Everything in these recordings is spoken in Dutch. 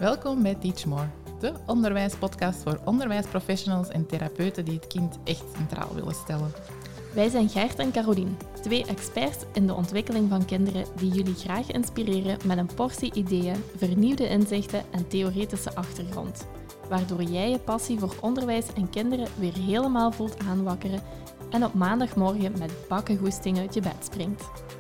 Welkom bij Teach More, de onderwijspodcast voor onderwijsprofessionals en therapeuten die het kind echt centraal willen stellen. Wij zijn Gert en Carolien, 2 experts in de ontwikkeling van kinderen die jullie graag inspireren met een portie ideeën, vernieuwde inzichten en theoretische achtergrond. Waardoor jij je passie voor onderwijs en kinderen weer helemaal voelt aanwakkeren en op maandagmorgen met bakkengoesting uit je bed springt.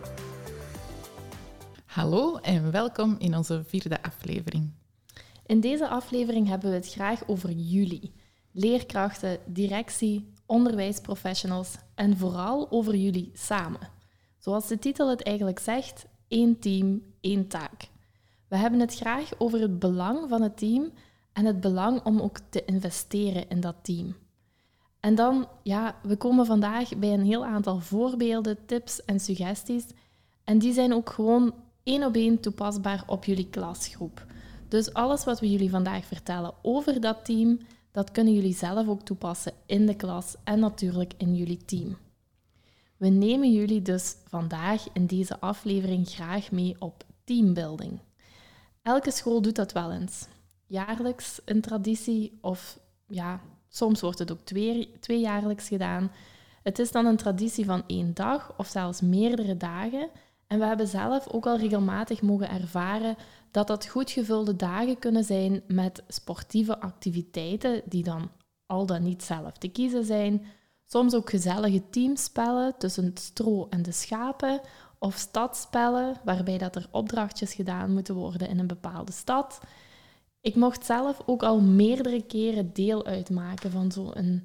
Hallo en welkom in onze 4e aflevering. In deze aflevering hebben we het graag over jullie, leerkrachten, directie, onderwijsprofessionals en vooral over jullie samen. Zoals de titel het eigenlijk zegt, 1 team, 1 taak. We hebben het graag over het belang van het team en het belang om ook te investeren in dat team. En dan, we komen vandaag bij een heel aantal voorbeelden, tips en suggesties. En die zijn ook gewoon 1 op 1 toepasbaar op jullie klasgroep. Dus alles wat we jullie vandaag vertellen over dat team, dat kunnen jullie zelf ook toepassen in de klas en natuurlijk in jullie team. We nemen jullie dus vandaag in deze aflevering graag mee op teambuilding. Elke school doet dat wel eens. Jaarlijks een traditie of soms wordt het ook tweejaarlijks gedaan. Het is dan een traditie van 1 dag of zelfs meerdere dagen. En we hebben zelf ook al regelmatig mogen ervaren dat dat goed gevulde dagen kunnen zijn met sportieve activiteiten die dan al dan niet zelf te kiezen zijn. Soms ook gezellige teamspellen tussen het stro en de schapen of stadspellen waarbij dat er opdrachtjes gedaan moeten worden in een bepaalde stad. Ik mocht zelf ook al meerdere keren deel uitmaken van zo'n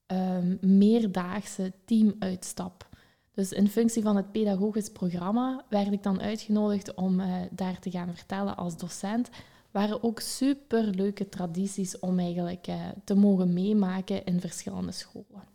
meerdaagse teamuitstap. Dus in functie van het pedagogisch programma werd ik dan uitgenodigd om daar te gaan vertellen als docent. Waren ook superleuke tradities om eigenlijk te mogen meemaken in verschillende scholen.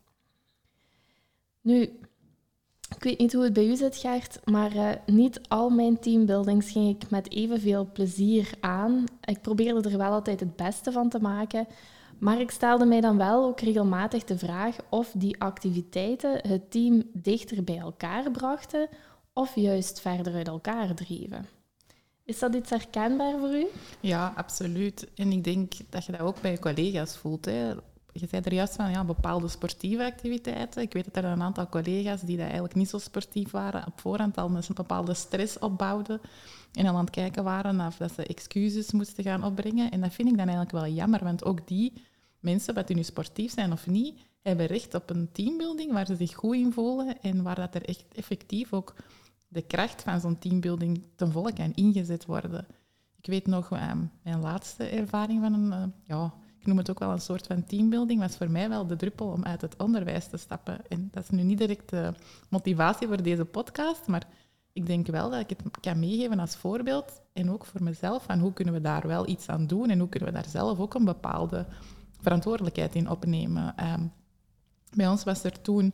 Nu, ik weet niet hoe het bij u zit, Gert, maar niet al mijn teambuildings ging ik met evenveel plezier aan. Ik probeerde er wel altijd het beste van te maken. Maar ik stelde mij dan wel ook regelmatig de vraag of die activiteiten het team dichter bij elkaar brachten of juist verder uit elkaar dreven. Is dat iets herkenbaar voor u? Ja, absoluut. En ik denk dat je dat ook bij je collega's voelt. Hè. Je zei er juist van bepaalde sportieve activiteiten. Ik weet dat er een aantal collega's die dat eigenlijk niet zo sportief waren, op voorhand al een bepaalde stress opbouwden en al aan het kijken waren of dat ze excuses moesten gaan opbrengen. En dat vind ik dan eigenlijk wel jammer, want ook die mensen, wat die nu sportief zijn of niet, hebben recht op een teambuilding waar ze zich goed in voelen en waar dat er echt effectief ook de kracht van zo'n teambuilding ten volle kan ingezet worden. Ik weet nog, mijn laatste ervaring van ik noem het ook wel een soort van teambuilding, was voor mij wel de druppel om uit het onderwijs te stappen. En dat is nu niet direct de motivatie voor deze podcast, maar ik denk wel dat ik het kan meegeven als voorbeeld en ook voor mezelf, van hoe kunnen we daar wel iets aan doen en hoe kunnen we daar zelf ook een bepaalde verantwoordelijkheid in opnemen. Bij ons was er toen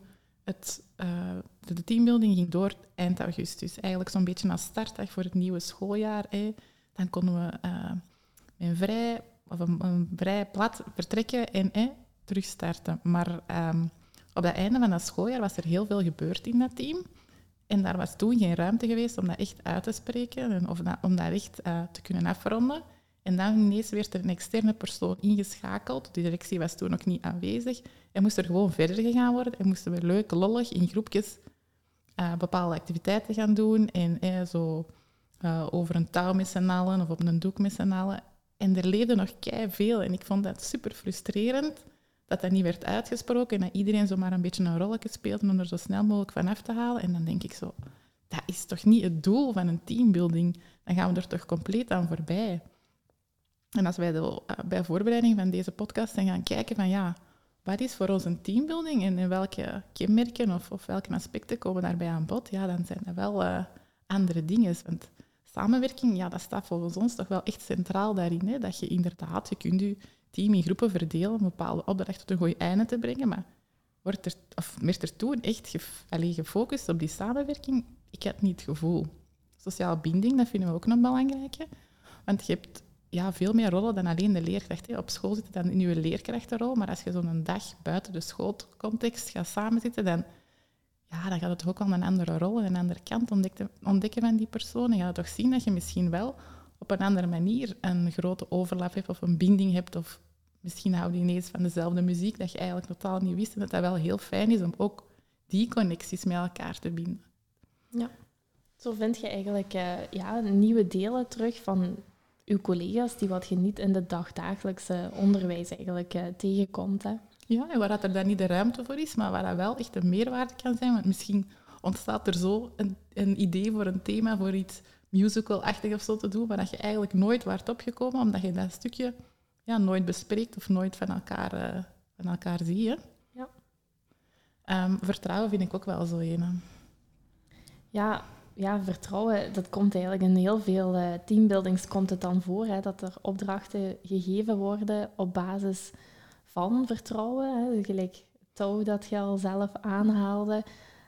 de teambuilding ging door eind augustus, eigenlijk zo'n beetje als startdag voor het nieuwe schooljaar. Dan konden we een vrij plat vertrekken en terugstarten. Maar op het einde van dat schooljaar was er heel veel gebeurd in dat team. En daar was toen geen ruimte geweest om dat echt uit te spreken en om dat echt te kunnen afronden. En dan ineens werd er een externe persoon ingeschakeld. De directie was toen nog niet aanwezig. En moest er gewoon verder gegaan worden. En moesten we leuk, lollig, in groepjes bepaalde activiteiten gaan doen. En zo over een touw met z'n allen of op een doek met z'n allen. En er leefde nog keiveel. En ik vond dat super frustrerend dat dat niet werd uitgesproken. En dat iedereen zomaar een beetje een rolletje speelde om er zo snel mogelijk vanaf te halen. En dan denk ik zo, dat is toch niet het doel van een teambuilding? Dan gaan we er toch compleet aan voorbij. En als wij bij voorbereiding van deze podcast dan gaan kijken van wat is voor ons een teambuilding en welke kenmerken of welke aspecten komen daarbij aan bod, dan zijn dat wel andere dingen. Want samenwerking, dat staat volgens ons toch wel echt centraal daarin. Hè? Dat je inderdaad, je kunt je team in groepen verdelen om een bepaalde opdracht tot een goed einde te brengen, maar werd er toen echt gefocust op die samenwerking? Ik had niet het gevoel. Sociale binding, dat vinden we ook nog belangrijk. Hè? Want je hebt veel meer rollen dan alleen de leerkracht. Hè. Op school zit dan in je leerkrachtenrol, maar als je zo'n dag buiten de schoolcontext gaat samenzitten, dan gaat het ook al een andere rol en een andere kant ontdekken van die persoon. En je gaat toch zien dat je misschien wel op een andere manier een grote overlap hebt of een binding hebt, of misschien hou je ineens van dezelfde muziek dat je eigenlijk totaal niet wist, en dat wel heel fijn is om ook die connecties met elkaar te binden. Ja. Zo vind je eigenlijk nieuwe delen terug van uw collega's die wat je niet in de dagdagelijkse onderwijs eigenlijk tegenkomt. Hè? Ja, en waar dat er dan niet de ruimte voor is, maar waar dat wel echt een meerwaarde kan zijn. Want misschien ontstaat er zo een idee voor een thema, voor iets musical-achtig of zo te doen, waar dat je eigenlijk nooit waart opgekomen, omdat je dat stukje nooit bespreekt of nooit van elkaar ziet. Hè? Ja. Vertrouwen vind ik ook wel zo een. Ja, vertrouwen, dat komt eigenlijk in heel veel teambuildings komt het dan voor, hè, dat er opdrachten gegeven worden op basis van vertrouwen. Hè, gelijk het touw dat je al zelf aanhaalde.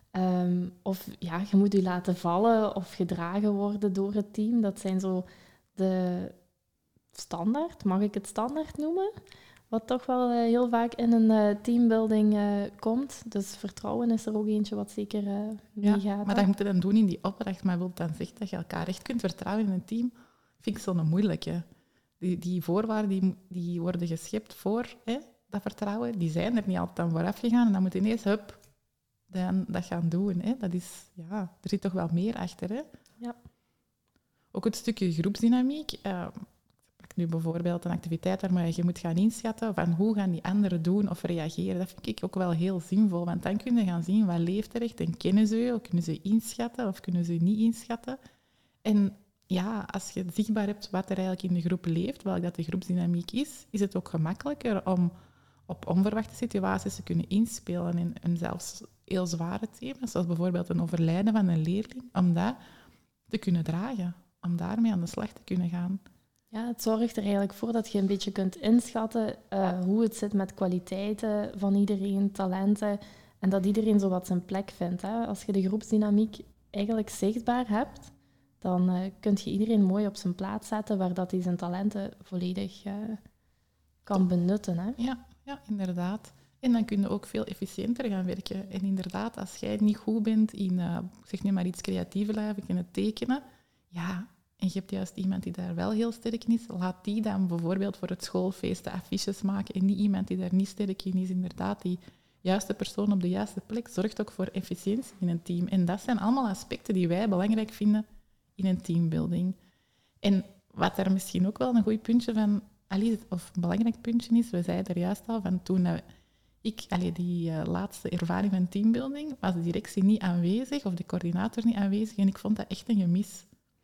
Of je moet je laten vallen of gedragen worden door het team. Dat zijn zo de standaard, mag ik het standaard noemen? Wat toch wel heel vaak in een teambuilding komt. Dus vertrouwen is er ook eentje wat zeker meegaat. Maar dat moet je dan doen in die opdracht. Maar wil dan zeggen dat je elkaar echt kunt vertrouwen in een team? Vind ik zo'n moeilijke. Die voorwaarden die worden geschept voor dat vertrouwen, die zijn er niet altijd aan vooraf gegaan. En dan moet je ineens, dan dat gaan doen. Hè. Dat is, er zit toch wel meer achter. Hè. Ja. Ook het stukje groepsdynamiek. Pak nu bijvoorbeeld een activiteit waarmee je moet gaan inschatten van hoe gaan die anderen doen of reageren. Dat vind ik ook wel heel zinvol, want dan kun je gaan zien wat leeft er echt en kennen ze je, of kunnen ze inschatten of kunnen ze niet inschatten. En als je zichtbaar hebt wat er eigenlijk in de groep leeft, welk dat de groepsdynamiek is het ook gemakkelijker om op onverwachte situaties te kunnen inspelen en zelfs heel zware thema's, zoals bijvoorbeeld een overlijden van een leerling, om dat te kunnen dragen, om daarmee aan de slag te kunnen gaan. Ja, het zorgt er eigenlijk voor dat je een beetje kunt inschatten hoe het zit met kwaliteiten van iedereen, talenten, en dat iedereen zo wat zijn plek vindt. Hè. Als je de groepsdynamiek eigenlijk zichtbaar hebt, dan kun je iedereen mooi op zijn plaats zetten waar dat hij zijn talenten volledig kan benutten. Hè. Ja, inderdaad. En dan kun je ook veel efficiënter gaan werken. En inderdaad, als jij niet goed bent in, zeg nu maar iets creatiever, in het tekenen, en je hebt juist iemand die daar wel heel sterk in is, laat die dan bijvoorbeeld voor het schoolfeest de affiches maken en niet iemand die daar niet sterk in is. Inderdaad, die juiste persoon op de juiste plek zorgt ook voor efficiëntie in een team. En dat zijn allemaal aspecten die wij belangrijk vinden in een teambuilding. En wat er misschien ook wel een goed puntje van, of een belangrijk puntje is, we zeiden er juist al, van toen ik die laatste ervaring van teambuilding, was de directie niet aanwezig of de coördinator niet aanwezig en ik vond dat echt een gemis.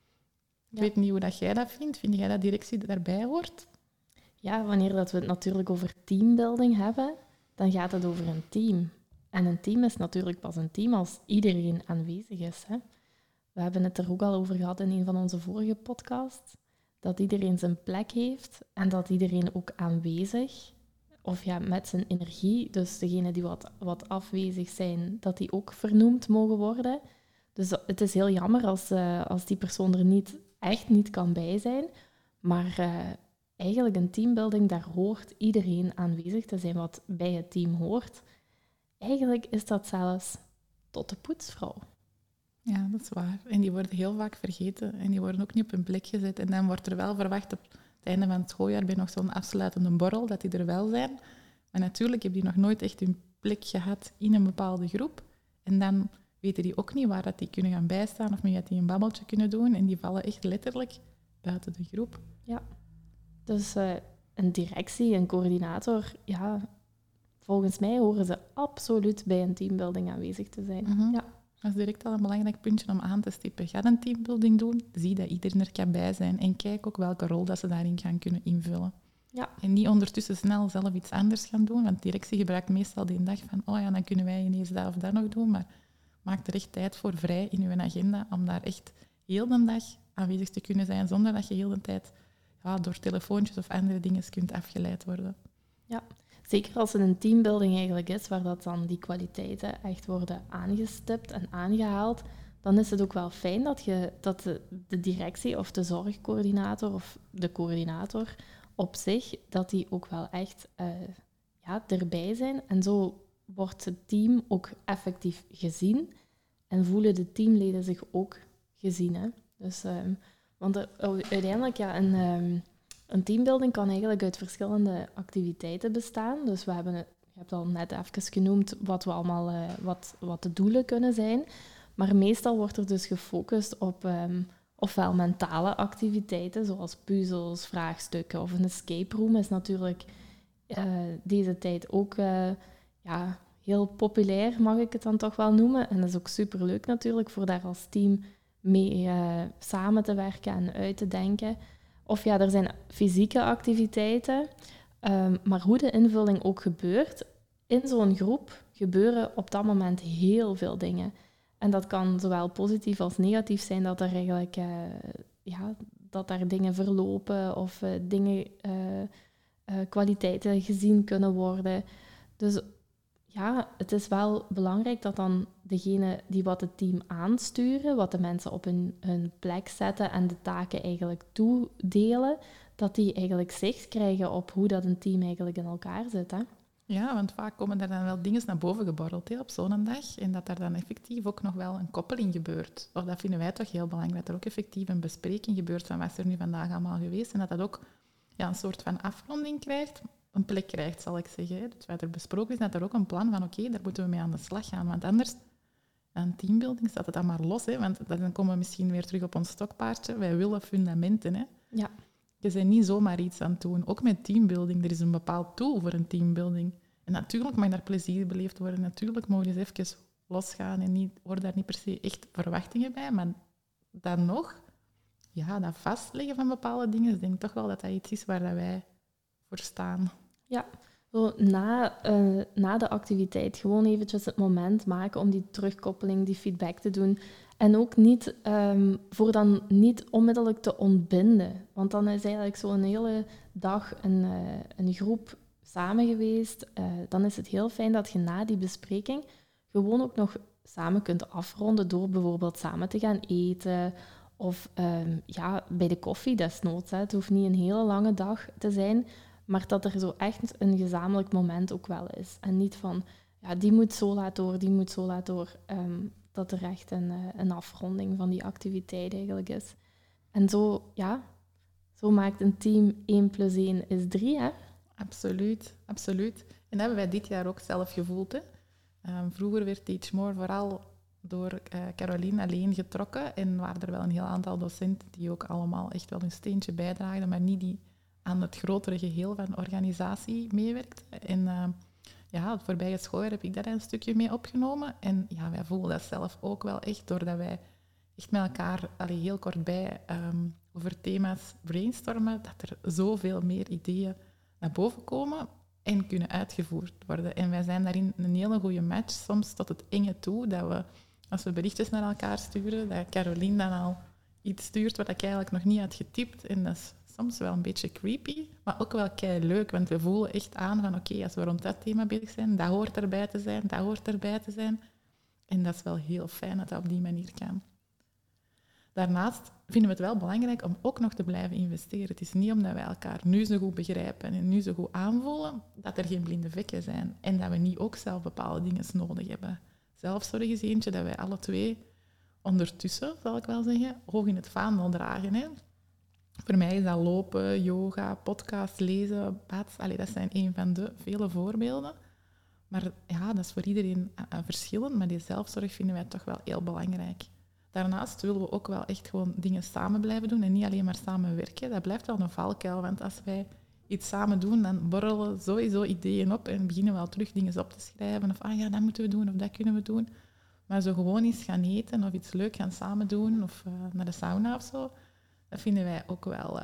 Ik weet niet hoe dat jij dat vindt. Vind jij dat directie daarbij hoort? Ja, wanneer dat we het natuurlijk over teambuilding hebben, dan gaat het over een team. En een team is natuurlijk pas een team als iedereen aanwezig is. Hè? We hebben het er ook al over gehad in een van onze vorige podcasts, dat iedereen zijn plek heeft en dat iedereen ook aanwezig, of met zijn energie, dus degenen die wat afwezig zijn, dat die ook vernoemd mogen worden. Dus het is heel jammer als die persoon er echt niet kan bij zijn. Maar eigenlijk een teambuilding, daar hoort iedereen aanwezig te zijn wat bij het team hoort. Eigenlijk is dat zelfs tot de poetsvrouw. Ja, dat is waar. En die worden heel vaak vergeten en die worden ook niet op hun plek gezet. En dan wordt er wel verwacht op het einde van het schooljaar bij nog zo'n afsluitende borrel, dat die er wel zijn. Maar natuurlijk hebben die nog nooit echt hun plek gehad in een bepaalde groep. En dan weten die ook niet waar dat die kunnen gaan bijstaan of met wie die een babbeltje kunnen doen. En die vallen echt letterlijk buiten de groep. Ja, dus een directie, een coördinator, volgens mij horen ze absoluut bij een teambuilding aanwezig te zijn. Mm-hmm. Ja. Dat is direct al een belangrijk puntje om aan te stippen. Ga een teambuilding doen, zie dat iedereen er kan bij zijn en kijk ook welke rol dat ze daarin gaan kunnen invullen. Ja. En niet ondertussen snel zelf iets anders gaan doen, want de directie gebruikt meestal die dag van dan kunnen wij ineens dat of dat nog doen, maar maak er echt tijd voor vrij in uw agenda om daar echt heel de dag aanwezig te kunnen zijn, zonder dat je heel de tijd door telefoontjes of andere dingen kunt afgeleid worden. Ja, zeker als het een teambuilding eigenlijk is, waar dat dan die kwaliteiten echt worden aangestipt en aangehaald, dan is het ook wel fijn dat de directie of de zorgcoördinator of de coördinator op zich, dat die ook wel echt erbij zijn. En zo wordt het team ook effectief gezien en voelen de teamleden zich ook gezien. Hè? Dus Want uiteindelijk, ja, een teambuilding kan eigenlijk uit verschillende activiteiten bestaan. Dus we hebben je hebt al net even genoemd wat we allemaal, wat de doelen kunnen zijn. Maar meestal wordt er dus gefocust op ofwel mentale activiteiten, zoals puzzels, vraagstukken of een escape room is natuurlijk deze tijd ook heel populair, mag ik het dan toch wel noemen. En dat is ook superleuk natuurlijk, voor daar als team mee samen te werken en uit te denken. Of ja, er zijn fysieke activiteiten, maar hoe de invulling ook gebeurt, in zo'n groep gebeuren op dat moment heel veel dingen. En dat kan zowel positief als negatief zijn, dat er eigenlijk dat daar dingen verlopen of kwaliteiten gezien kunnen worden. Dus ja, het is wel belangrijk dat dan degene die wat het team aansturen, wat de mensen op hun plek zetten en de taken eigenlijk toedelen, dat die eigenlijk zicht krijgen op hoe dat een team eigenlijk in elkaar zit. Hè? Ja, want vaak komen er dan wel dingen naar boven geborreld op zo'n dag. En dat er dan effectief ook nog wel een koppeling gebeurt. Of dat vinden wij toch heel belangrijk, dat er ook effectief een bespreking gebeurt van wat is er nu vandaag allemaal geweest. En dat dat ook een soort van afronding krijgt, een plek krijgt, zal ik zeggen. Hè. Dus wat er besproken is, dat er ook een plan van oké, daar moeten we mee aan de slag gaan. Want anders, aan teambuilding staat het dan maar los. Hè, want dan komen we misschien weer terug op ons stokpaardje. Wij willen fundamenten. Hè. Ja. Je bent niet zomaar iets aan het doen. Ook met teambuilding, er is een bepaald doel voor een teambuilding. En natuurlijk mag daar plezier beleefd worden. Natuurlijk mogen we eens even losgaan en worden daar niet per se echt verwachtingen bij. Maar dan nog, ja, dat vastleggen van bepaalde dingen, ik denk toch wel dat dat iets is waar dat wij voor staan. Ja, zo na de activiteit gewoon eventjes het moment maken om die terugkoppeling, die feedback te doen. En ook niet, voor dan niet onmiddellijk te ontbinden. Want dan is eigenlijk zo'n hele dag een groep samen geweest. Dan is het heel fijn dat je na die bespreking gewoon ook nog samen kunt afronden door bijvoorbeeld samen te gaan eten. Of bij de koffie desnoods. Hè. Het hoeft niet een hele lange dag te zijn, maar dat er zo echt een gezamenlijk moment ook wel is. En niet van, ja, die moet zo laat door, die moet zo laat door. Dat er echt een afronding van die activiteit eigenlijk is. En zo maakt een team 1 + 1 is 3, hè? Absoluut, absoluut. En dat hebben wij dit jaar ook zelf gevoeld. Hè. Vroeger werd Teach More vooral door Caroline alleen getrokken en waren er wel een heel aantal docenten die ook allemaal echt wel hun steentje bijdraagden, maar niet die aan het grotere geheel van de organisatie meewerkten. En het voorbije schooljaar heb ik daar een stukje mee opgenomen. En ja, wij voelen dat zelf ook wel echt, doordat wij echt met elkaar heel kort bij over thema's brainstormen, dat er zoveel meer ideeën naar boven komen en kunnen uitgevoerd worden. En wij zijn daarin een hele goede match, soms tot het enge toe, dat we, als we berichtjes naar elkaar sturen, dat Caroline dan al iets stuurt wat ik eigenlijk nog niet had getypt. En dat is soms wel een beetje creepy, maar ook wel keileuk, want we voelen echt aan van oké, als we rond dat thema bezig zijn, dat hoort erbij te zijn, dat hoort erbij te zijn. En dat is wel heel fijn dat dat op die manier kan. Daarnaast vinden we het wel belangrijk om ook nog te blijven investeren. Het is niet omdat wij elkaar nu zo goed begrijpen en nu zo goed aanvoelen, dat er geen blinde vlekken zijn. En dat we niet ook zelf bepaalde dingen nodig hebben. Zelfzorg is eentje dat wij alle twee ondertussen, zal ik wel zeggen, hoog in het vaandel dragen. Hè. Voor mij is dat lopen, yoga, podcast, lezen, bad. Dat zijn een van de vele voorbeelden. Maar ja, dat is voor iedereen verschillend. Maar die zelfzorg vinden wij toch wel heel belangrijk. Daarnaast willen we ook wel echt gewoon dingen samen blijven doen en niet alleen maar samen werken. Dat blijft wel een valkuil, want als wij iets samen doen, dan borrelen sowieso ideeën op en beginnen we al terug dingen op te schrijven. Of dat moeten we doen, of dat kunnen we doen. Maar zo gewoon eens gaan eten of iets leuk gaan samen doen, of naar de sauna of zo, dat vinden wij ook wel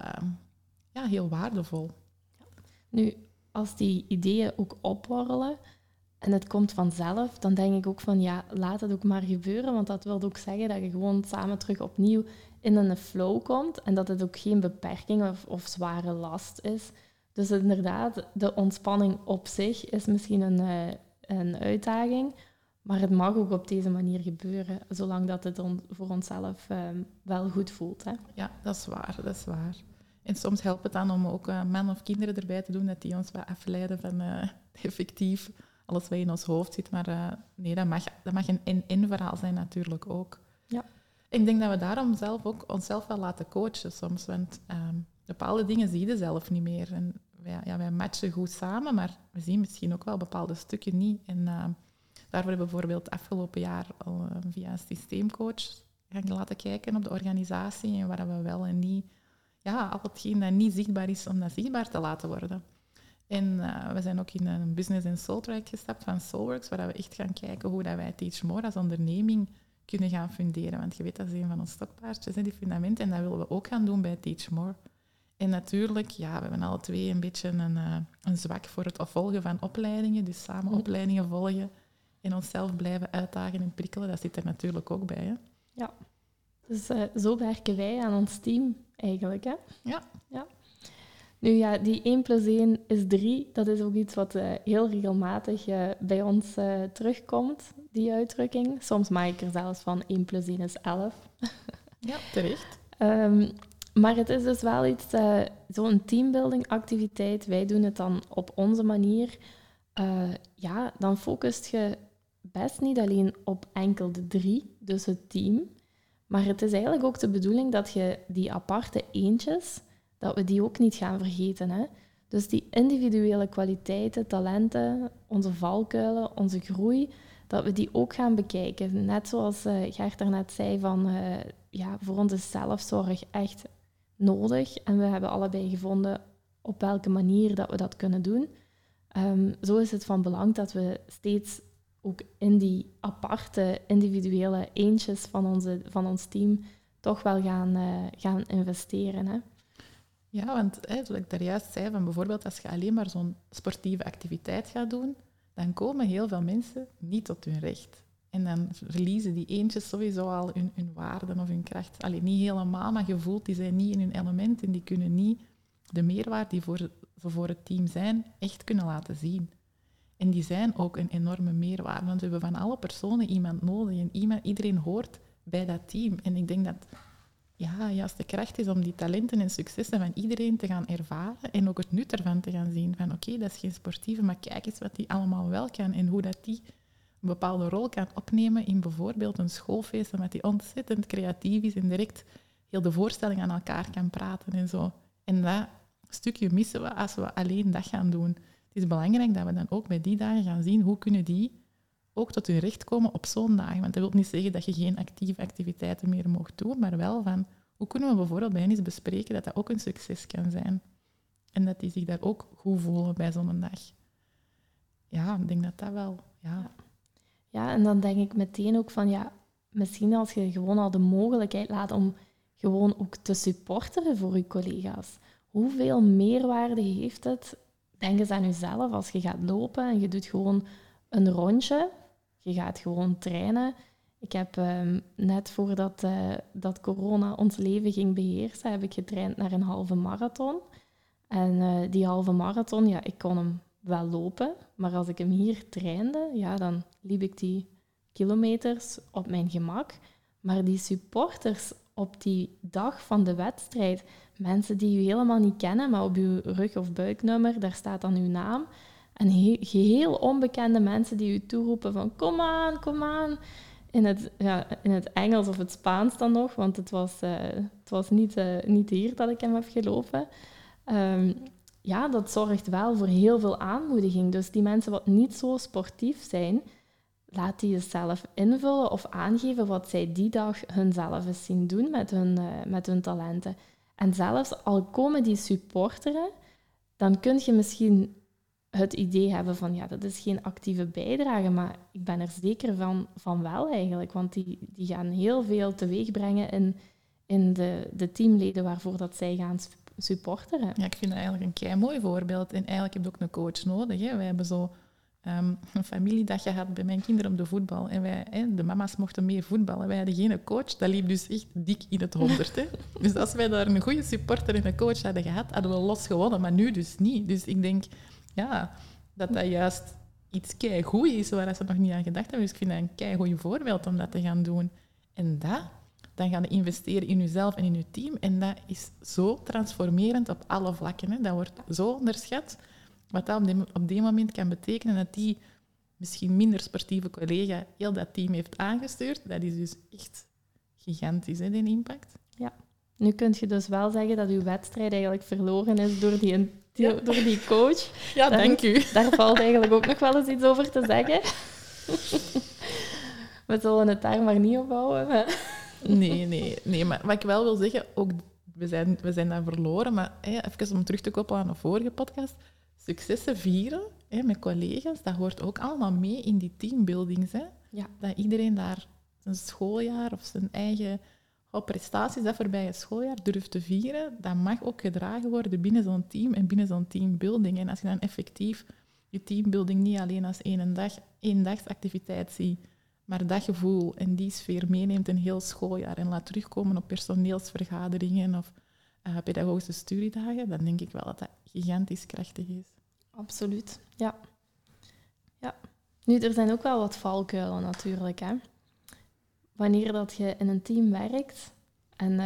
heel waardevol. Nu, als die ideeën ook opborrelen en het komt vanzelf, dan denk ik ook van laat het ook maar gebeuren. Want dat wil ook zeggen dat je gewoon samen terug opnieuw in een flow komt en dat het ook geen beperking of zware last is. Dus inderdaad, de ontspanning op zich is misschien een uitdaging, maar het mag ook op deze manier gebeuren, zolang dat het voor onszelf wel goed voelt. Hè? Ja, dat is waar. En soms helpt het dan om ook man of kinderen erbij te doen, dat die ons wat afleiden van effectief alles wat in ons hoofd zit. Maar nee, dat mag een en-en verhaal zijn natuurlijk ook. Ja. Ik denk dat we daarom zelf ook onszelf wel laten coachen soms, want bepaalde dingen zie je zelf niet meer. En wij matchen goed samen, maar we zien misschien ook wel bepaalde stukken niet. En daarvoor hebben we bijvoorbeeld afgelopen jaar al via een systeemcoach gaan laten kijken op de organisatie en waar we wel en niet, al hetgeen dat niet zichtbaar is, om dat zichtbaar te laten worden. En we zijn ook in een business and soul track gestapt van Soulworks, waar we echt gaan kijken hoe dat wij Teach More als onderneming kunnen gaan funderen. Want je weet, dat is een van ons stokpaardjes, die fundamenten. En dat willen we ook gaan doen bij Teach More. En natuurlijk, we hebben alle twee een beetje een zwak voor het volgen van opleidingen. Dus samen opleidingen volgen en onszelf blijven uitdagen en prikkelen. Dat zit er natuurlijk ook bij. Hè? Ja, dus zo werken wij aan ons team eigenlijk. Hè? Ja. Nu ja, die 1 + 1 is 3. Dat is ook iets wat heel regelmatig bij ons terugkomt, die uitdrukking. Soms maak ik er zelfs van 1 + 1 is 11. Ja, terecht. Maar het is dus wel iets, zo'n teambuilding activiteit. Wij doen het dan op onze manier. Dan focust je best niet alleen op enkel de 3, dus het team. Maar het is eigenlijk ook de bedoeling dat je die aparte eentjes, dat we die ook niet gaan vergeten. Hè? Dus die individuele kwaliteiten, talenten, onze valkuilen, onze groei, dat we die ook gaan bekijken. Net zoals Gert daarnet zei, voor ons is zelfzorg echt nodig. En we hebben allebei gevonden op welke manier dat we dat kunnen doen. Zo is het van belang dat we steeds ook in die aparte individuele eentjes van ons team toch wel gaan investeren. Hè? Ja, want zoals ik daar juist zei, van bijvoorbeeld als je alleen maar zo'n sportieve activiteit gaat doen, dan komen heel veel mensen niet tot hun recht. En dan verliezen die eentjes sowieso al hun waarden of hun kracht. Alleen niet helemaal, maar je voelt, die zijn niet in hun element en die kunnen niet de meerwaarde die voor het team zijn, echt kunnen laten zien. En die zijn ook een enorme meerwaarde, want we hebben van alle personen iemand nodig en iedereen hoort bij dat team. En ik denk dat juist de kracht is om die talenten en successen van iedereen te gaan ervaren en ook het nut ervan te gaan zien. Van oké, dat is geen sportieve, maar kijk eens wat die allemaal wel kan en hoe dat die een bepaalde rol kan opnemen in bijvoorbeeld een schoolfeest, omdat die ontzettend creatief is en direct heel de voorstelling aan elkaar kan praten en zo. En dat stukje missen we als we alleen dat gaan doen. Het is belangrijk dat we dan ook bij die dagen gaan zien hoe kunnen die ook tot hun recht komen op zo'n dag. Want dat wil niet zeggen dat je geen actieve activiteiten meer mag doen, maar wel van hoe kunnen we bijvoorbeeld bij hen eens bespreken dat dat ook een succes kan zijn. En dat die zich daar ook goed voelen bij zo'n dag. Ja, ik denk dat dat wel... Ja, en dan denk ik meteen ook van, misschien als je gewoon al de mogelijkheid laat om gewoon ook te supporteren voor je collega's. Hoeveel meerwaarde heeft het? Denk eens aan jezelf als je gaat lopen en je doet gewoon een rondje. Je gaat gewoon trainen. Ik heb net voordat dat corona ons leven ging beheersen, heb ik getraind naar een halve marathon. En die halve marathon, ik kon hem wel lopen, maar als ik hem hier trainde, dan liep ik die kilometers op mijn gemak. Maar die supporters op die dag van de wedstrijd, mensen die u helemaal niet kennen, maar op uw rug- of buiknummer, daar staat dan uw naam. En geheel onbekende mensen die u toeroepen van kom aan. In het Engels of het Spaans dan nog, want het was niet hier dat ik hem heb gelopen. Dat zorgt wel voor heel veel aanmoediging. Dus die mensen wat niet zo sportief zijn, laat die zelf invullen of aangeven wat zij die dag hunzelf eens zien doen met hun talenten. En zelfs al komen die supporteren, dan kun je misschien het idee hebben van dat is geen actieve bijdrage, maar ik ben er zeker van wel eigenlijk, want die gaan heel veel teweeg brengen in de teamleden waarvoor dat zij gaan supporteren. Ja, ik vind dat eigenlijk een keimooi voorbeeld. En eigenlijk heb je ook een coach nodig. Hè. Wij hebben zo een familiedag gehad bij mijn kinderen op de voetbal. En wij, de mama's mochten meer voetballen. Wij hadden geen coach. Dat liep dus echt dik in het 100. Hè. Dus als wij daar een goede supporter en een coach hadden gehad, hadden we los gewonnen. Maar nu dus niet. Dus ik denk dat juist iets keigoed is waar ze nog niet aan gedacht hebben. Dus ik vind dat een keigoed voorbeeld om dat te gaan doen. En dan gaan we investeren in jezelf en in je team. En dat is zo transformerend op alle vlakken. Hè. Dat wordt zo onderschat. Wat dat op die moment kan betekenen dat die misschien minder sportieve collega heel dat team heeft aangestuurd. Dat is dus echt gigantisch, hè, die impact. Nu kun je dus wel zeggen dat uw wedstrijd eigenlijk verloren is door die coach. Ja, dank u. Daar valt eigenlijk ook nog wel eens iets over te zeggen. We zullen het daar maar niet op houden. Nee, maar wat ik wel wil zeggen, ook we zijn dan verloren, maar even om terug te koppelen aan de vorige podcast, successen vieren met collega's, dat hoort ook allemaal mee in die teambuildings. Hè? Ja. Dat iedereen daar zijn schooljaar of zijn eigen prestaties dat voorbije schooljaar durft te vieren, dat mag ook gedragen worden binnen zo'n team en binnen zo'n teambuilding. En als je dan effectief je teambuilding niet alleen als eendagsactiviteit ziet, maar dat gevoel en die sfeer meeneemt een heel schooljaar en laat terugkomen op personeelsvergaderingen of pedagogische studiedagen, dan denk ik wel dat dat gigantisch krachtig is. Absoluut, ja. Nu, er zijn ook wel wat valkuilen natuurlijk, hè. Wanneer dat je in een team werkt en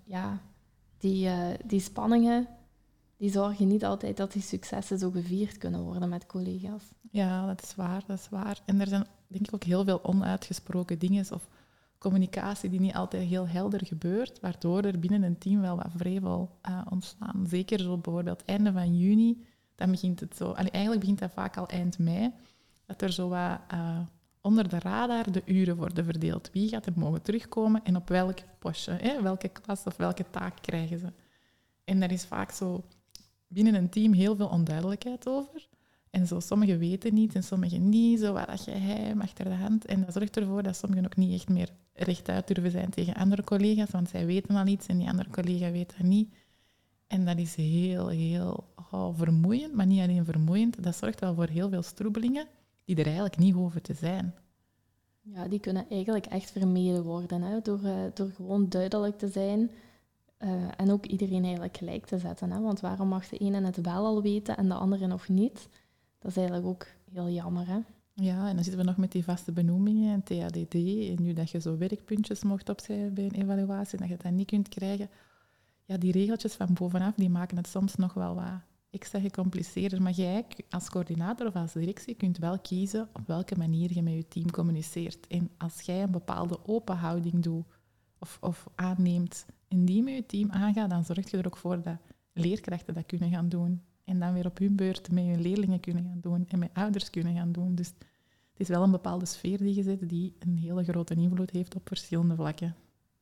die spanningen, die zorgen niet altijd dat die successen zo gevierd kunnen worden met collega's. Ja, dat is waar. En er zijn denk ik ook heel veel onuitgesproken dingen of communicatie die niet altijd heel helder gebeurt, waardoor er binnen een team wel wat vrevel ontstaan. Zeker zo bijvoorbeeld einde van juni, dan begint het zo... Eigenlijk begint dat vaak al eind mei, dat er zo wat onder de radar de uren worden verdeeld. Wie gaat er mogen terugkomen en op welk postje, welke klas of welke taak krijgen ze. En daar is vaak zo binnen een team heel veel onduidelijkheid over. En zo, sommigen weten niet en sommigen niet, zo wat dat geheim achter de hand. En dat zorgt ervoor dat sommigen ook niet echt meer rechtuit durven zijn tegen andere collega's, want zij weten al iets en die andere collega weet dat niet. En dat is heel, heel vermoeiend, maar niet alleen vermoeiend. Dat zorgt wel voor heel veel stroebelingen die er eigenlijk niet hoeven te zijn. Ja, die kunnen eigenlijk echt vermeden worden, hè, door gewoon duidelijk te zijn en ook iedereen eigenlijk gelijk te zetten. Hè, want waarom mag de ene het wel al weten en de andere nog niet? Dat is eigenlijk ook heel jammer, hè? Ja, en dan zitten we nog met die vaste benoemingen en TADD. En nu dat je zo werkpuntjes mocht opschrijven bij een evaluatie en dat je dat niet kunt krijgen. Ja, die regeltjes van bovenaf, die maken het soms nog wel wat extra gecompliceerder. Maar jij als coördinator of als directie kunt wel kiezen op welke manier je met je team communiceert. En als jij een bepaalde open houding doet of aanneemt en die met je team aangaat, dan zorg je er ook voor dat leerkrachten dat kunnen gaan doen. En dan weer op hun beurt met hun leerlingen kunnen gaan doen en met ouders kunnen gaan doen. Dus het is wel een bepaalde sfeer die je zet die een hele grote invloed heeft op verschillende vlakken.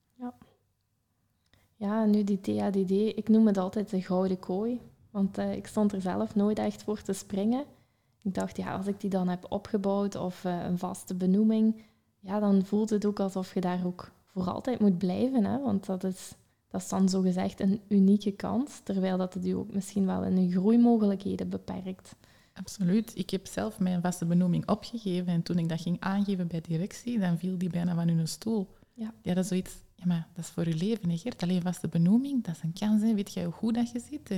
Ja, nu die TADD, ik noem het altijd de gouden kooi. Want ik stond er zelf nooit echt voor te springen. Ik dacht, ja, als ik die dan heb opgebouwd of een vaste benoeming, ja, dan voelt het ook alsof je daar ook voor altijd moet blijven. Hè? Want dat is dan zogezegd een unieke kans, terwijl dat het je ook misschien wel in je groeimogelijkheden beperkt. Absoluut. Ik heb zelf mijn vaste benoeming opgegeven en toen ik dat ging aangeven bij directie, dan viel die bijna van hun stoel. Ja, dat is zoiets... Ja, maar dat is voor je leven, hè, Geert. Alleen vaste benoeming, dat is een kans, hè. Weet jij hoe goed dat je zit?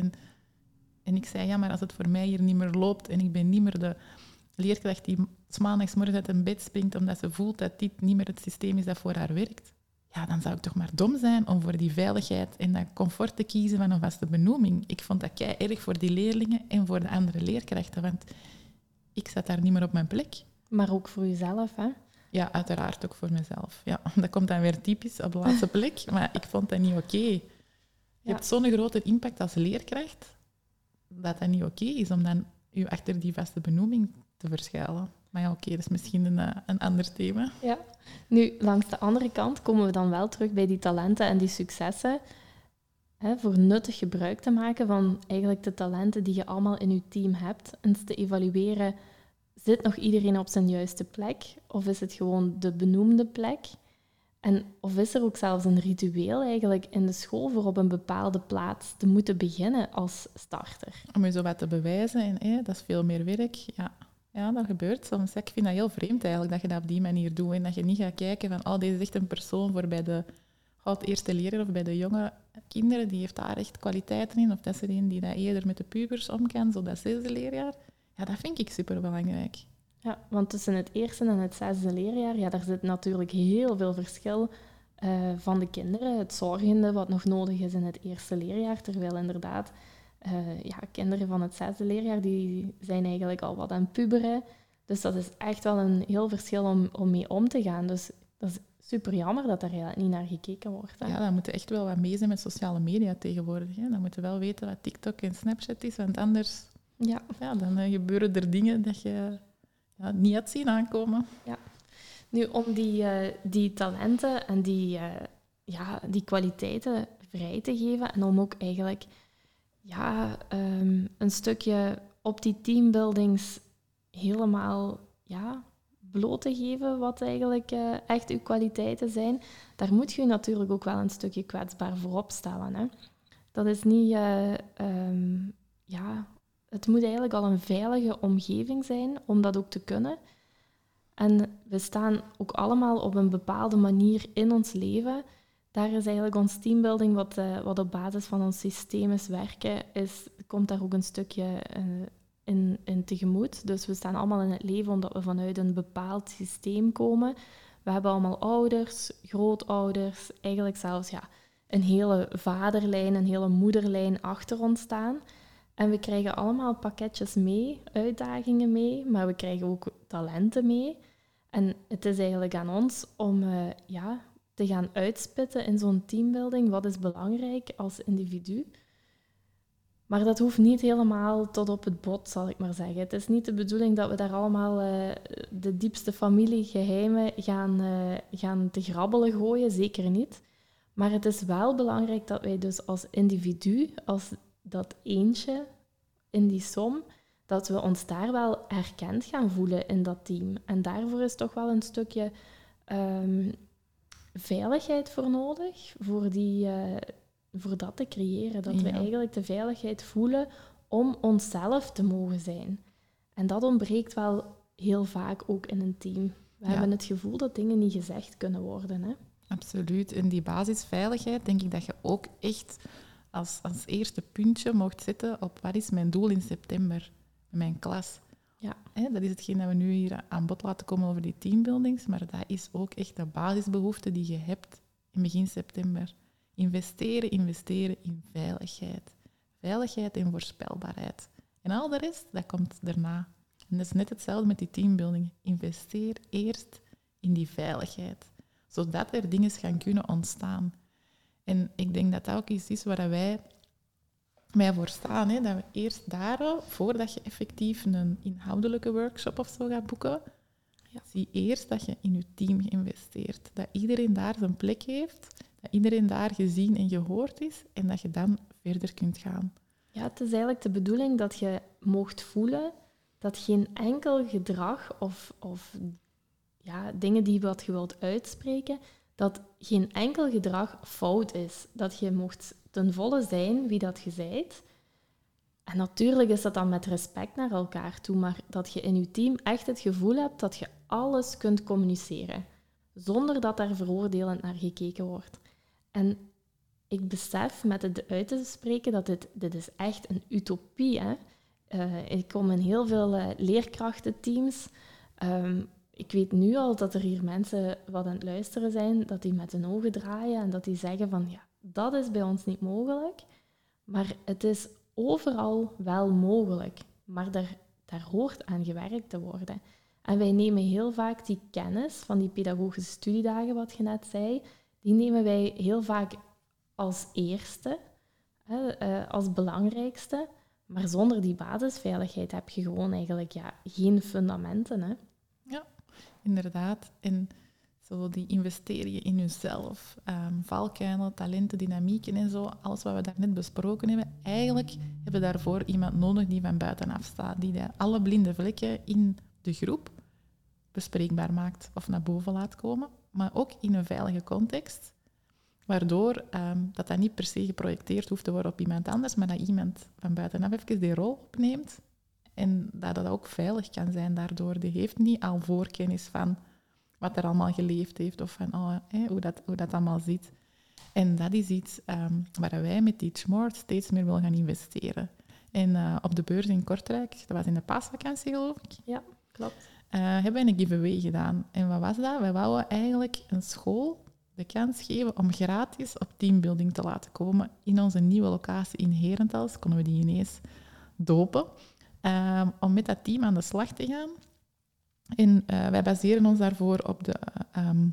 En ik zei, ja, maar als het voor mij hier niet meer loopt en ik ben niet meer de leerkracht die 's maandagsmorgen uit een bed springt omdat ze voelt dat dit niet meer het systeem is dat voor haar werkt, ja, dan zou ik toch maar dom zijn om voor die veiligheid en dat comfort te kiezen van een vaste benoeming. Ik vond dat kei erg voor die leerlingen en voor de andere leerkrachten, want ik zat daar niet meer op mijn plek. Maar ook voor jezelf, hè? Ja, uiteraard ook voor mezelf. Ja, dat komt dan weer typisch op de laatste plek, maar ik vond dat niet oké. Je hebt zo'n grote impact als leerkracht dat dat niet oké is om dan je achter die vaste benoeming te verschuilen. Maar ja, oké, dat is misschien een ander thema. Ja. Nu, langs de andere kant komen we dan wel terug bij die talenten en die successen. Hè, voor nuttig gebruik te maken van eigenlijk de talenten die je allemaal in je team hebt. En te evalueren, zit nog iedereen op zijn juiste plek? Of is het gewoon de benoemde plek? En of is er ook zelfs een ritueel eigenlijk in de school voor op een bepaalde plaats te moeten beginnen als starter? Om je zo wat te bewijzen, en dat is veel meer werk. Ja, dat gebeurt soms. Ik vind dat heel vreemd eigenlijk, dat je dat op die manier doet. En dat je niet gaat kijken van, deze is echt een persoon voor bij de eerste leerjaar of bij de jonge kinderen, die heeft daar echt kwaliteiten in. Of dat is er een die dat eerder met de pubers om kan, zo dat 6e leerjaar. Ja, dat vind ik superbelangrijk. Ja, want tussen het eerste en het 6e leerjaar, ja, daar zit natuurlijk heel veel verschil van de kinderen. Het zorgende wat nog nodig is in het eerste leerjaar, terwijl inderdaad kinderen van het 6e leerjaar, die zijn eigenlijk al wat aan het puberen. Dus dat is echt wel een heel verschil om mee om te gaan. Dus dat is super jammer dat daar eigenlijk niet naar gekeken wordt. Hè? Ja, dan moet je echt wel wat mee zijn met sociale media tegenwoordig. Hè. Dan moet je wel weten wat TikTok en Snapchat is, want anders dan gebeuren er dingen dat je niet had zien aankomen. Ja. Nu, om die talenten en die kwaliteiten vrij te geven en om ook eigenlijk een stukje op die teambuildings helemaal bloot te geven wat eigenlijk echt uw kwaliteiten zijn, daar moet je natuurlijk ook wel een stukje kwetsbaar voor opstellen. Hè? Dat is niet... het moet eigenlijk al een veilige omgeving zijn om dat ook te kunnen. En we staan ook allemaal op een bepaalde manier in ons leven. Daar is eigenlijk ons teambuilding, wat op basis van ons systeem is werken, komt daar ook een stukje in tegemoet. Dus we staan allemaal in het leven omdat we vanuit een bepaald systeem komen. We hebben allemaal ouders, grootouders, eigenlijk zelfs een hele vaderlijn, een hele moederlijn achter ons staan. En we krijgen allemaal pakketjes mee, uitdagingen mee, maar we krijgen ook talenten mee. En het is eigenlijk aan ons om te gaan uitspitten in zo'n teambuilding. Wat is belangrijk als individu? Maar dat hoeft niet helemaal tot op het bot, zal ik maar zeggen. Het is niet de bedoeling dat we daar allemaal de diepste familiegeheimen gaan te grabbelen gooien, zeker niet. Maar het is wel belangrijk dat wij dus als individu, als dat eentje in die som, dat we ons daar wel erkend gaan voelen in dat team. En daarvoor is toch wel een stukje veiligheid voor nodig, voor dat te creëren. Dat we eigenlijk de veiligheid voelen om onszelf te mogen zijn. En dat ontbreekt wel heel vaak ook in een team. We hebben het gevoel dat dingen niet gezegd kunnen worden. Hè? Absoluut. In die basisveiligheid denk ik dat je ook echt als eerste puntje mocht zetten op wat is mijn doel in september met mijn klas. Ja. Dat is hetgeen dat we nu hier aan bod laten komen over die teambuildings, maar dat is ook echt de basisbehoefte die je hebt in begin september. Investeren in veiligheid. Veiligheid en voorspelbaarheid. En al de rest, dat komt daarna. En dat is net hetzelfde met die teambuilding. Investeer eerst in die veiligheid, zodat er dingen gaan kunnen ontstaan. En ik denk dat dat ook iets is waar wij voor staan. Hè? Dat we eerst voordat je effectief een inhoudelijke workshop of zo gaat boeken, zie eerst dat je in je team investeert. Dat iedereen daar zijn plek heeft, dat iedereen daar gezien en gehoord is en dat je dan verder kunt gaan. Ja, het is eigenlijk de bedoeling dat je mocht voelen dat geen enkel gedrag of dingen die wat je wilt uitspreken, dat geen enkel gedrag fout is. Dat je mocht ten volle zijn wie dat je zijt. En natuurlijk is dat dan met respect naar elkaar toe, maar dat je in je team echt het gevoel hebt dat je alles kunt communiceren, zonder dat daar veroordelend naar gekeken wordt. En ik besef met het uit te spreken dat dit is echt een utopie is. Ik kom in heel veel leerkrachtenteams. Ik weet nu al dat er hier mensen wat aan het luisteren zijn, dat die met hun ogen draaien en dat die zeggen van dat is bij ons niet mogelijk. Maar het is overal wel mogelijk. Maar daar hoort aan gewerkt te worden. En wij nemen heel vaak die kennis van die pedagogische studiedagen, wat je net zei, die nemen wij heel vaak als eerste, als belangrijkste. Maar zonder die basisveiligheid heb je gewoon eigenlijk geen fundamenten. Hè? Ja, inderdaad. En zo die investeringen in jezelf, valkuilen, talenten, dynamieken en zo, alles wat we daarnet besproken hebben, eigenlijk hebben we daarvoor iemand nodig die van buitenaf staat, die alle blinde vlekken in de groep bespreekbaar maakt of naar boven laat komen, maar ook in een veilige context, waardoor dat niet per se geprojecteerd hoeft te worden op iemand anders, maar dat iemand van buitenaf even die rol opneemt en dat ook veilig kan zijn daardoor. Die heeft niet al voorkennis van wat er allemaal geleefd heeft of van hoe dat allemaal zit. En dat is iets waar wij met Teach More steeds meer willen gaan investeren. En op de beurs in Kortrijk, dat was in de paasvakantie geloof ik. Ja, klopt. Hebben we een giveaway gedaan. En wat was dat? Wij wouden eigenlijk een school de kans geven om gratis op teambuilding te laten komen. In onze nieuwe locatie in Herentals konden we die ineens dopen. Om met dat team aan de slag te gaan. En wij baseren ons daarvoor op de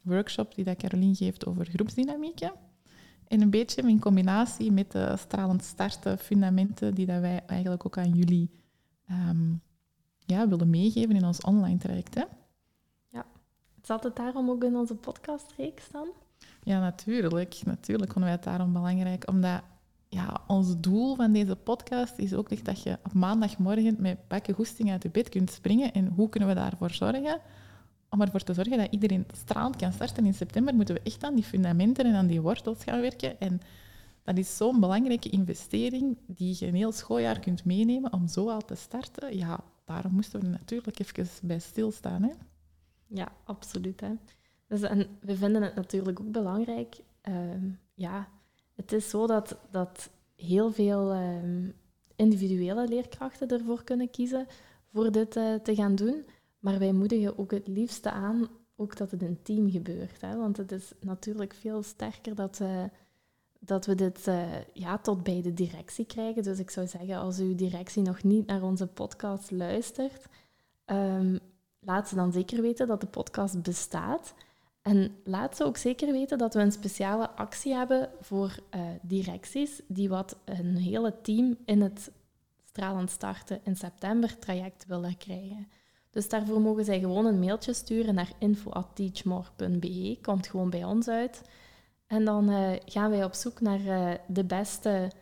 workshop die dat Caroline geeft over groepsdynamieken. En een beetje in combinatie met de stralend starten fundamenten die dat wij eigenlijk ook aan jullie willen meegeven in ons online traject. Hè? Ja. Zat het daarom ook in onze podcastreeks dan? Ja, natuurlijk. Natuurlijk vonden wij het daarom belangrijk. Omdat ons doel van deze podcast is ook echt dat je op maandagmorgen met bakken goesting uit je bed kunt springen. En hoe kunnen we daarvoor zorgen? Om ervoor te zorgen dat iedereen stralend kan starten in september, moeten we echt aan die fundamenten en aan die wortels gaan werken. En dat is zo'n belangrijke investering die je een heel schooljaar kunt meenemen om zo al te starten. Ja, daarom moesten we er natuurlijk even bij stilstaan. Hè? Ja, absoluut. Hè. Dus, en we vinden het natuurlijk ook belangrijk. Het is zo dat heel veel individuele leerkrachten ervoor kunnen kiezen voor dit te gaan doen. Maar wij moedigen ook het liefste aan ook dat het in team gebeurt. Hè? Want het is natuurlijk veel sterker dat we dit tot bij de directie krijgen. Dus ik zou zeggen, als uw directie nog niet naar onze podcast luistert, laat ze dan zeker weten dat de podcast bestaat. En laat ze ook zeker weten dat we een speciale actie hebben voor directies die wat een hele team in het stralend starten in september traject willen krijgen. Dus daarvoor mogen zij gewoon een mailtje sturen naar info@teachmore.be. Komt gewoon bij ons uit. En dan gaan wij op zoek naar de beste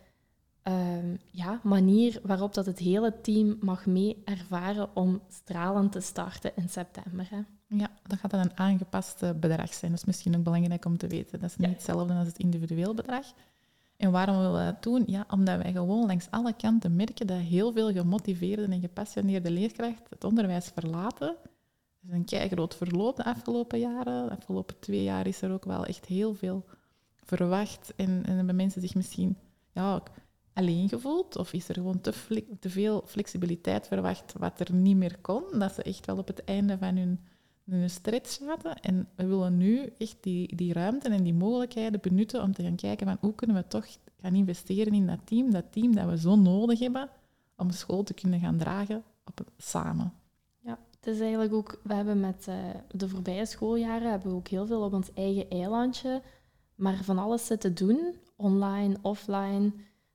manier waarop dat het hele team mag mee ervaren om stralend te starten in september. Hè. Ja, dat gaat dan een aangepast bedrag zijn. Dat is misschien ook belangrijk om te weten. Dat is niet hetzelfde als het individueel bedrag. En waarom willen we dat doen? Ja, omdat wij gewoon langs alle kanten merken dat heel veel gemotiveerde en gepassioneerde leerkrachten het onderwijs verlaten. Er is een keigroot verloop de afgelopen jaren. De afgelopen 2 jaar is er ook wel echt heel veel verwacht. En hebben mensen zich misschien alleen gevoeld? Of is er gewoon te veel flexibiliteit verwacht wat er niet meer kon? Dat ze echt wel op het einde van hun stretch zaten. En we willen nu echt die ruimte en die mogelijkheden benutten om te gaan kijken van hoe kunnen we toch gaan investeren in dat team dat we zo nodig hebben om school te kunnen gaan dragen samen. Ja, het is eigenlijk ook, we hebben met de voorbije schooljaren hebben we ook heel veel op ons eigen eilandje, maar van alles zitten doen, online, offline.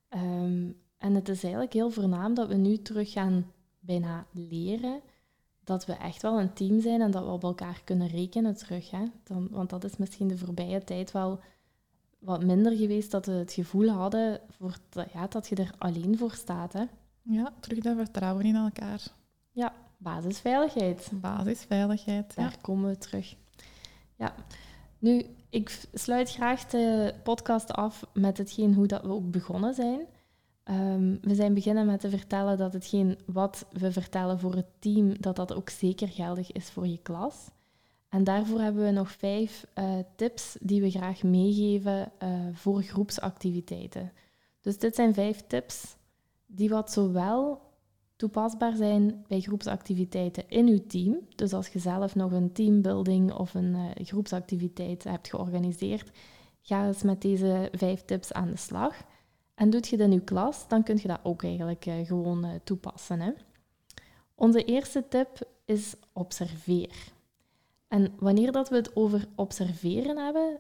En het is eigenlijk heel voornaam dat we nu terug gaan bijna leren dat we echt wel een team zijn en dat we op elkaar kunnen rekenen terug. Hè? Want dat is misschien de voorbije tijd wel wat minder geweest, dat we het gevoel hadden dat je er alleen voor staat. Hè? Ja, terug dat vertrouwen in elkaar. Ja, basisveiligheid. Basisveiligheid, Daar komen we terug. Ja. Nu, ik sluit graag de podcast af met hetgeen hoe dat we ook begonnen zijn. We zijn beginnen met te vertellen dat hetgeen wat we vertellen voor het team, dat ook zeker geldig is voor je klas. En daarvoor hebben we nog 5 tips die we graag meegeven voor groepsactiviteiten. Dus dit zijn 5 tips die wat zowel toepasbaar zijn bij groepsactiviteiten in uw team. Dus als je zelf nog een teambuilding of een groepsactiviteit hebt georganiseerd, ga eens met deze 5 tips aan de slag. En doet je dat in je klas, dan kun je dat ook eigenlijk gewoon toepassen. Hè? Onze eerste tip is observeer. En wanneer dat we het over observeren hebben,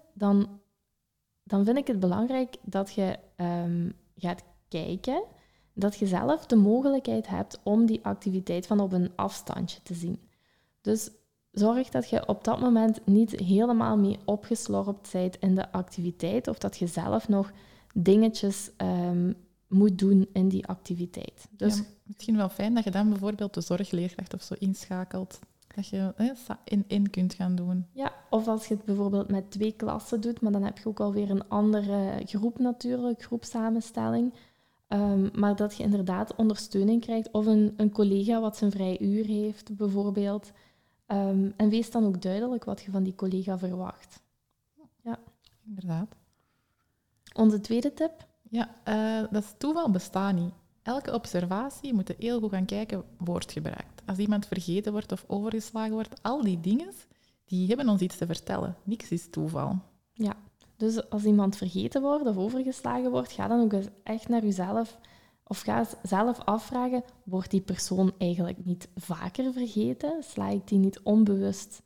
dan vind ik het belangrijk dat je gaat kijken, dat je zelf de mogelijkheid hebt om die activiteit van op een afstandje te zien. Dus zorg dat je op dat moment niet helemaal mee opgeslorpt bent in de activiteit of dat je zelf nog dingetjes moet doen in die activiteit. Dus misschien wel fijn dat je dan bijvoorbeeld de zorgleerkracht of zo inschakelt. Dat je in kunt gaan doen. Ja, of als je het bijvoorbeeld met 2 klassen doet, maar dan heb je ook alweer een andere groep natuurlijk, groepsamenstelling. Maar dat je inderdaad ondersteuning krijgt of een collega wat zijn vrij uur heeft bijvoorbeeld. En wees dan ook duidelijk wat je van die collega verwacht. Ja, inderdaad. Onze tweede tip? Ja, dat is toeval bestaat niet. Elke observatie moet je heel goed gaan kijken, woordgebruik. Als iemand vergeten wordt of overgeslagen wordt, al die dingen, die hebben ons iets te vertellen. Niks is toeval. Ja, dus als iemand vergeten wordt of overgeslagen wordt, ga dan ook eens echt naar jezelf of ga zelf afvragen, wordt die persoon eigenlijk niet vaker vergeten? Sla ik die niet onbewust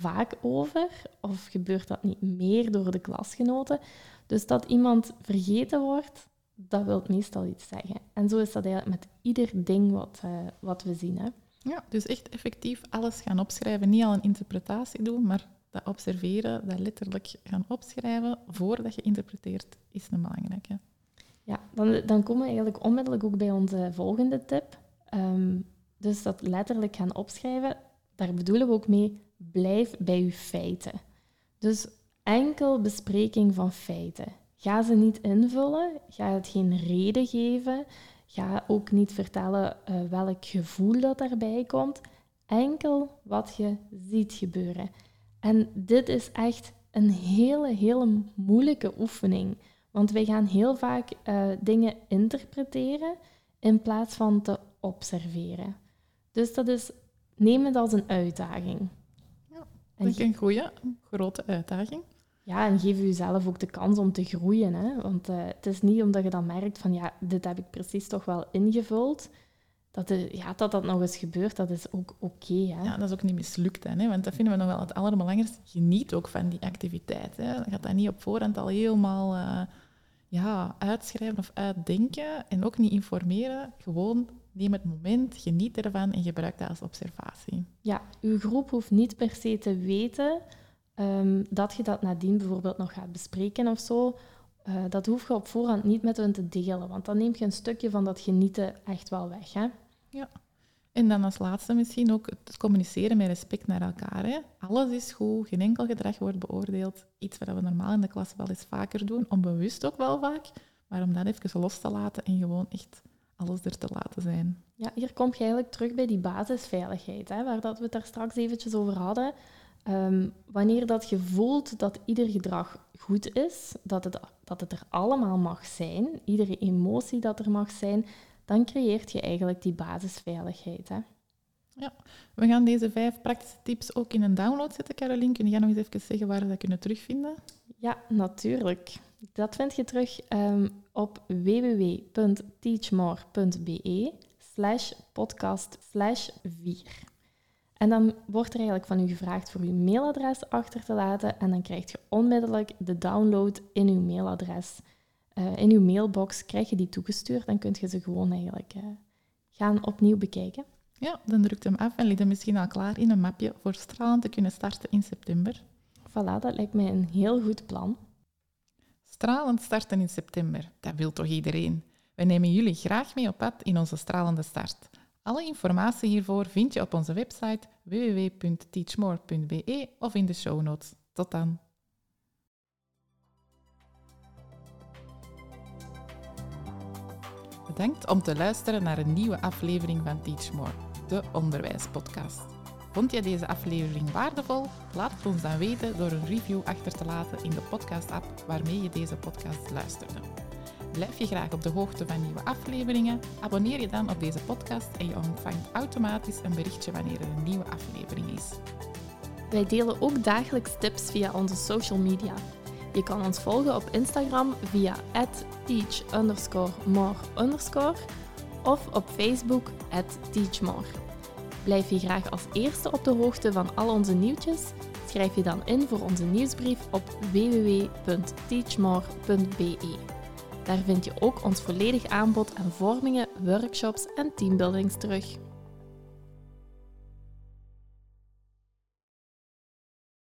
vaak over of gebeurt dat niet meer door de klasgenoten? Dus dat iemand vergeten wordt, dat wil meestal iets zeggen. En zo is dat eigenlijk met ieder ding wat we zien. Hè. Ja, dus echt effectief alles gaan opschrijven. Niet al een interpretatie doen, maar dat observeren, dat letterlijk gaan opschrijven voordat je interpreteert, is een belangrijke. Ja, dan komen we eigenlijk onmiddellijk ook bij onze volgende tip. Dus dat letterlijk gaan opschrijven, daar bedoelen we ook mee, blijf bij je feiten. Dus enkel bespreking van feiten. Ga ze niet invullen, ga het geen reden geven, ga ook niet vertellen welk gevoel dat daarbij komt. Enkel wat je ziet gebeuren. En dit is echt een hele moeilijke oefening. Want wij gaan heel vaak dingen interpreteren in plaats van te observeren. Dus neem het als een uitdaging. Ja, dat is een goede, grote uitdaging. Ja, en geef jezelf ook de kans om te groeien. Hè? Want het is niet omdat je dan merkt van ja, dit heb ik precies toch wel ingevuld, dat nog eens gebeurt, dat is ook oké. Ja, dat is ook niet mislukt, hè? Want dat vinden we nog wel het allerbelangrijkste. Geniet ook van die activiteit. Hè? Je gaat dat niet op voorhand al helemaal uitschrijven of uitdenken en ook niet informeren. Gewoon neem het moment, geniet ervan en gebruik dat als observatie. Ja, uw groep hoeft niet per se te weten dat je dat nadien bijvoorbeeld nog gaat bespreken of zo. Dat hoef je op voorhand niet met hen te delen, want dan neem je een stukje van dat genieten echt wel weg. Hè? Ja. En dan als laatste misschien ook het communiceren met respect naar elkaar. Hè. Alles is goed, geen enkel gedrag wordt beoordeeld. Iets wat we normaal in de klas wel eens vaker doen, onbewust ook wel vaak, maar om dat even los te laten en gewoon echt alles er te laten zijn. Ja, hier kom je eigenlijk terug bij die basisveiligheid, hè, waar dat we het daar straks eventjes over hadden. Wanneer dat je voelt dat ieder gedrag goed is, dat het er allemaal mag zijn, iedere emotie dat er mag zijn, dan creëert je eigenlijk die basisveiligheid. Hè? Ja, we gaan deze 5 praktische tips ook in een download zetten, Caroline. Kun je nog eens even zeggen waar we dat kunnen terugvinden? Ja, natuurlijk. Dat vind je terug op www.teachmore.be/podcast/4. En dan wordt er eigenlijk van u gevraagd voor uw mailadres achter te laten en dan krijg je onmiddellijk de download in uw mailadres. In uw mailbox krijg je die toegestuurd, dan kun je ze gewoon eigenlijk gaan opnieuw bekijken. Ja, dan drukt hem af en ligt hem misschien al klaar in een mapje voor stralend te kunnen starten in september. Voilà, dat lijkt mij een heel goed plan. Stralend starten in september, dat wil toch iedereen? Wij nemen jullie graag mee op pad in onze stralende start. Alle informatie hiervoor vind je op onze website www.teachmore.be of in de show notes. Tot dan! Bedankt om te luisteren naar een nieuwe aflevering van Teach More, de onderwijspodcast. Vond je deze aflevering waardevol? Laat het ons dan weten door een review achter te laten in de podcast-app waarmee je deze podcast luisterde. Blijf je graag op de hoogte van nieuwe afleveringen? Abonneer je dan op deze podcast en je ontvangt automatisch een berichtje wanneer er een nieuwe aflevering is. Wij delen ook dagelijks tips via onze social media. Je kan ons volgen op Instagram via @teach_more_ of op Facebook @teachmore. Blijf je graag als eerste op de hoogte van al onze nieuwtjes? Schrijf je dan in voor onze nieuwsbrief op www.teachmore.be. Daar vind je ook ons volledig aanbod aan vormingen, workshops en teambuildings terug.